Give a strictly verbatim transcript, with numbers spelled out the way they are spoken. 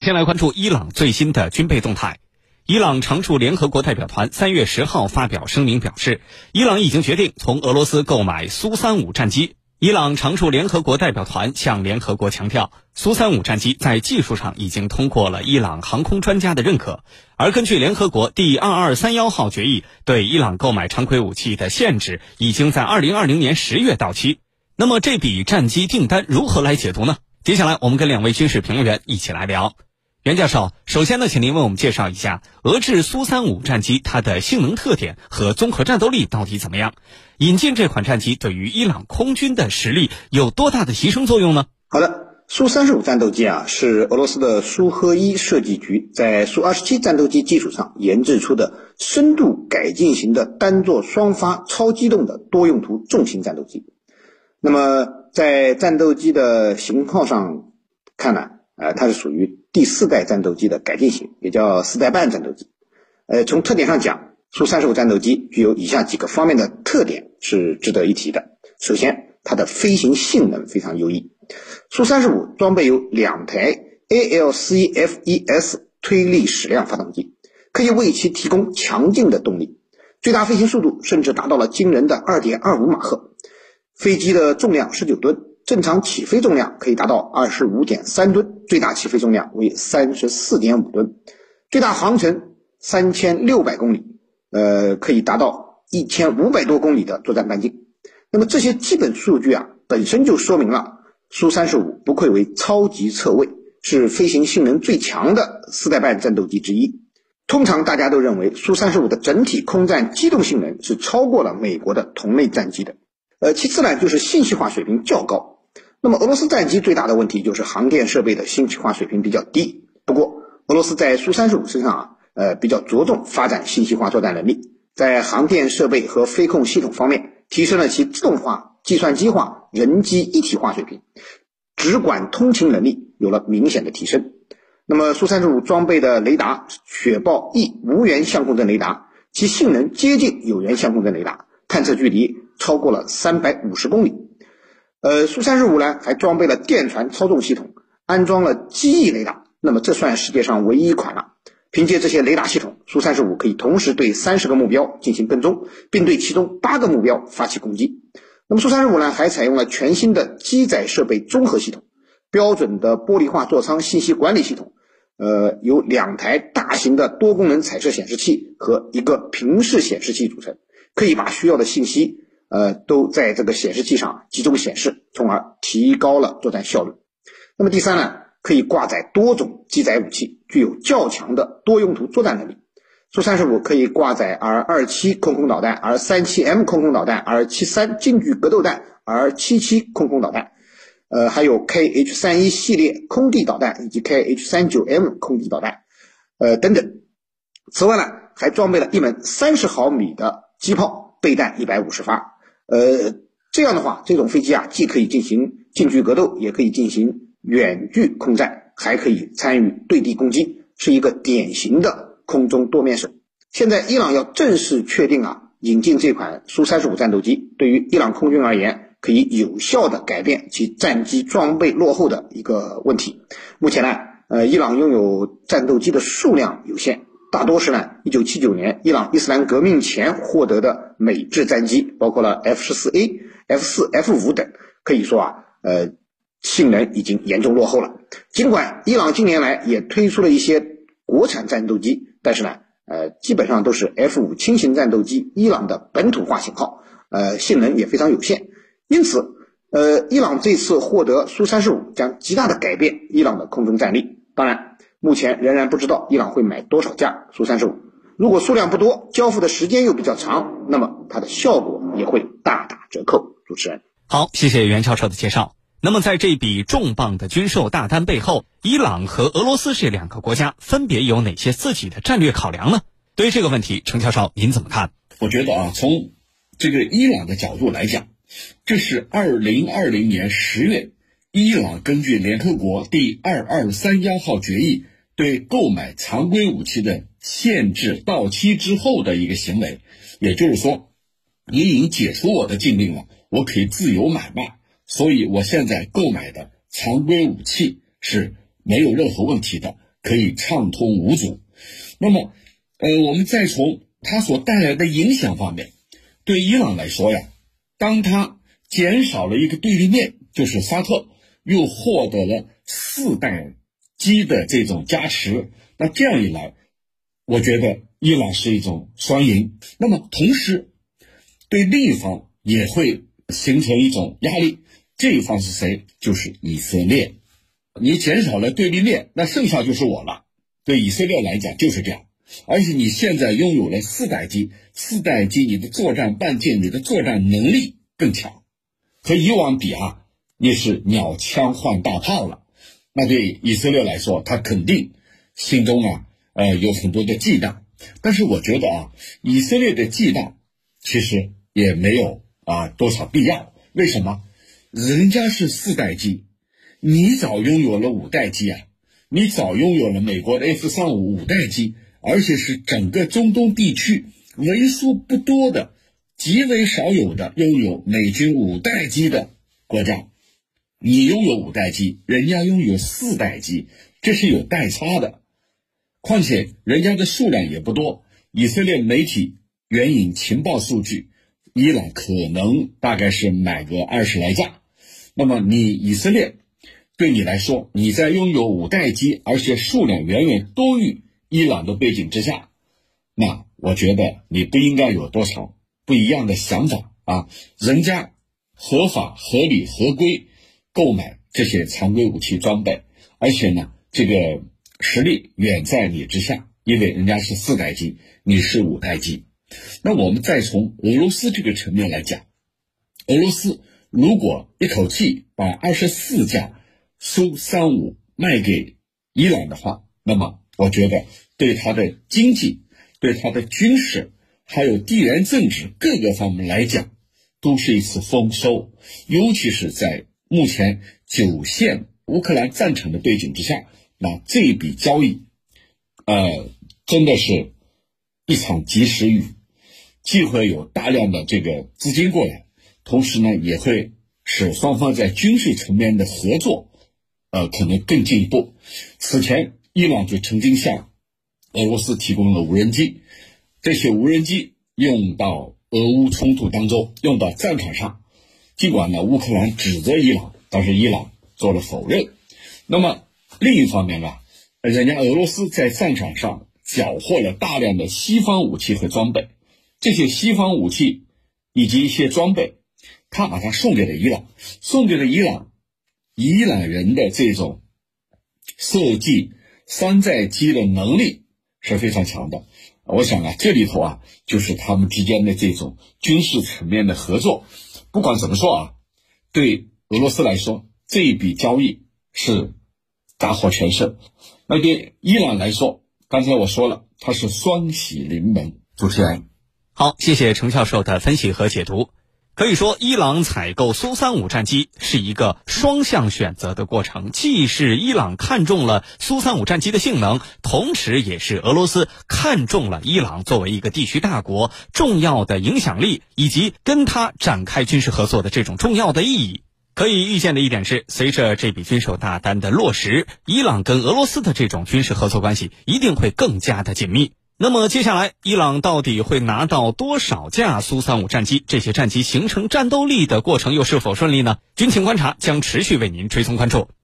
先来关注伊朗最新的军备动态。伊朗常驻联合国代表团三月十号发表声明表示，伊朗已经决定从俄罗斯购买苏三五战机。伊朗常驻联合国代表团向联合国强调，苏三五战机在技术上已经通过了伊朗航空专家的认可，而根据联合国第二二三一号决议，对伊朗购买常规武器的限制已经在二零二零年十月到期。那么这笔战机订单如何来解读呢？接下来我们跟两位军事评论员一起来聊。袁教授，首先呢，请您为我们介绍一下俄制苏三五战机它的性能特点和综合战斗力到底怎么样？引进这款战机对于伊朗空军的实力有多大的提升作用呢？ 好的，苏三十五战斗机啊，是俄罗斯的苏科伊设计局在苏二十七战斗机基础上研制出的深度改进型的单座双发超机动的多用途重型战斗机。那么在战斗机的型号上看呢，呃，它是属于第四代战斗机的改进型，也叫四代半战斗机。呃，从特点上讲，苏三十五战斗机具有以下几个方面的特点是值得一提的。首先，它的飞行性能非常优异。苏三十五装备有两台 A L 四一 F 一 S 推力矢量发动机，可以为其提供强劲的动力，最大飞行速度甚至达到了惊人的 二点二五 马赫。飞机的重量十九吨，正常起飞重量可以达到 二十五点三吨，最大起飞重量为 三十四点五吨，最大航程三千六百公里，呃，可以达到一千五百多公里的作战半径。那么这些基本数据啊，本身就说明了苏三十五不愧为超级侧卫，是飞行性能最强的四代半战斗机之一。通常大家都认为苏三十五的整体空战机动性能是超过了美国的同类战机的。呃，其次呢，就是信息化水平较高。那么俄罗斯战机最大的问题就是航电设备的信息化水平比较低。不过俄罗斯在苏三十五身上啊，呃，比较着重发展信息化作战能力，在航电设备和飞控系统方面提升了其自动化、计算机化、人机一体化水平，直管通勤能力有了明显的提升。那么苏三十五装备的雷达雪豹 E 无源相控阵雷达，其性能接近有源相控阵雷达，探测距离超过了三百五十公里。呃，苏三十五呢还装备了电传操纵系统，安装了机翼雷达，那么这算世界上唯一一款了。凭借这些雷达系统，苏三十五可以同时对三十个目标进行跟踪，并对其中八个目标发起攻击。那么苏三十五呢还采用了全新的机载设备综合系统，标准的玻璃化座舱信息管理系统，呃，由两台大型的多功能彩色显示器和一个平视显示器组成，可以把需要的信息呃，都在这个显示器上集中显示，从而提高了作战效率。那么第三呢，可以挂载多种机载武器，具有较强的多用途作战能力。苏三十五可以挂载 R 二十七 空空导弹、R 三十七 M 空空导弹、R 七十三 近距格斗弹、R 七十七 空空导弹，呃，还有 K H 三十一 系列空地导弹以及 K H 三十九 M 空地导弹，呃，等等。此外呢，还装备了一门三十毫米的机炮，备弹一百五十发。呃，这样的话，这种飞机啊，既可以进行近距格斗，也可以进行远距空战，还可以参与对地攻击，是一个典型的空中多面手。现在伊朗要正式确定啊，引进这款苏三十五战斗机，对于伊朗空军而言，可以有效的改变其战机装备落后的一个问题。目前呢，呃，伊朗拥有战斗机的数量有限，大多是呢一九七九年伊朗伊斯兰革命前获得的美制战机，包括了 F 十四 A、F 四、F 五 等，可以说啊，呃，性能已经严重落后了。尽管伊朗近年来也推出了一些国产战斗机，但是呢，呃，基本上都是 F 五 轻型战斗机伊朗的本土化型号，呃，性能也非常有限。因此，呃，伊朗这次获得苏三十五将极大的改变伊朗的空中战力。当然，目前仍然不知道伊朗会买多少架苏三十五，如果数量不多，交付的时间又比较长，那么它的效果也会大打折扣。主持人， 好，谢谢袁教授的介绍。那么在这笔重磅的军售大单背后，伊朗和俄罗斯这两个国家分别有哪些自己的战略考量呢？对于这个问题，程教授您怎么看？ 我觉得啊，从这个伊朗的角度来讲，这是二零二零年十月伊朗根据联合国第二二三一号决议对购买常规武器的限制到期之后的一个行为。也就是说，你已经解除我的禁令了，我可以自由买卖，所以我现在购买的常规武器是没有任何问题的， 可以畅通无阻。那么，呃，我们再从它所带来的影响方面，对伊朗来说呀，当它减少了一个对立面，就是沙特，又获得了四代机的这种加持，那这样一来，我觉得伊朗是一种双赢。那么同时，对另一方也会形成一种压力，这一方是谁？就是以色列。你减少了对立面，那剩下就是我了。对以色列来讲就是这样。而且你现在拥有了四代机，四代机你的作战半径、你的作战能力更强，和以往比啊，也是鸟枪换大炮了。那对以色列来说，他肯定心中啊，呃，有很多的忌惮。但是我觉得啊，以色列的忌惮其实也没有啊多少必要。为什么？人家是四代机，你早拥有了五代机啊，你早拥有了美国的 F 三十五 五代机。而且是整个中东地区为数不多的、极为少有的拥有美军五代机的国家。你拥有五代机，人家拥有四代机，这是有代差的。况且人家的数量也不多。以色列媒体援引情报数据，伊朗可能大概是买个二十来架。那么你以色列对你来说，你在拥有五代机，而且数量远远多于伊朗的背景之下，那我觉得你不应该有多少不一样的想法啊！人家合法、合理、合规购买这些常规武器装备，而且呢，这个实力远在你之下，因为人家是四代机，你是五代机。那我们再从俄罗斯这个层面来讲，俄罗斯如果一口气把二十四架苏三五卖给伊朗的话，那么我觉得对他的经济、对他的军事，还有地缘政治各个方面来讲，都是一次丰收。尤其是在目前九线乌克兰战场的背景之下，那这一笔交易，呃，真的是一场及时雨，既会有大量的这个资金过来，同时呢，也会使双方在军事层面的合作，呃，可能更进一步。此前，伊朗就曾经向俄罗斯提供了无人机，这些无人机用到俄乌冲突当中，用到战场上。尽管呢，乌克兰指责伊朗，但是伊朗做了否认。那么另一方面呢，人家俄罗斯在战场上缴获了大量的西方武器和装备，这些西方武器以及一些装备，他把它送给了伊朗，送给了伊朗，伊朗人的这种设计山寨机的能力是非常强的。我想啊，这里头啊，就是他们之间的这种军事层面的合作。不管怎么说啊，对俄罗斯来说，这一笔交易是大获全胜。那对伊朗来说，刚才我说了，它是双喜临门。主持人， 好，谢谢程教授的分析和解读。可以说，伊朗采购苏三五战机是一个双向选择的过程，既是伊朗看中了苏三五战机的性能，同时也是俄罗斯看中了伊朗作为一个地区大国重要的影响力，以及跟它展开军事合作的这种重要的意义。可以预见的一点是，随着这笔军售大单的落实，伊朗跟俄罗斯的这种军事合作关系一定会更加的紧密。那么接下来，伊朗到底会拿到多少架苏三五战机？这些战机形成战斗力的过程又是否顺利呢？军情观察将持续为您追踪关注。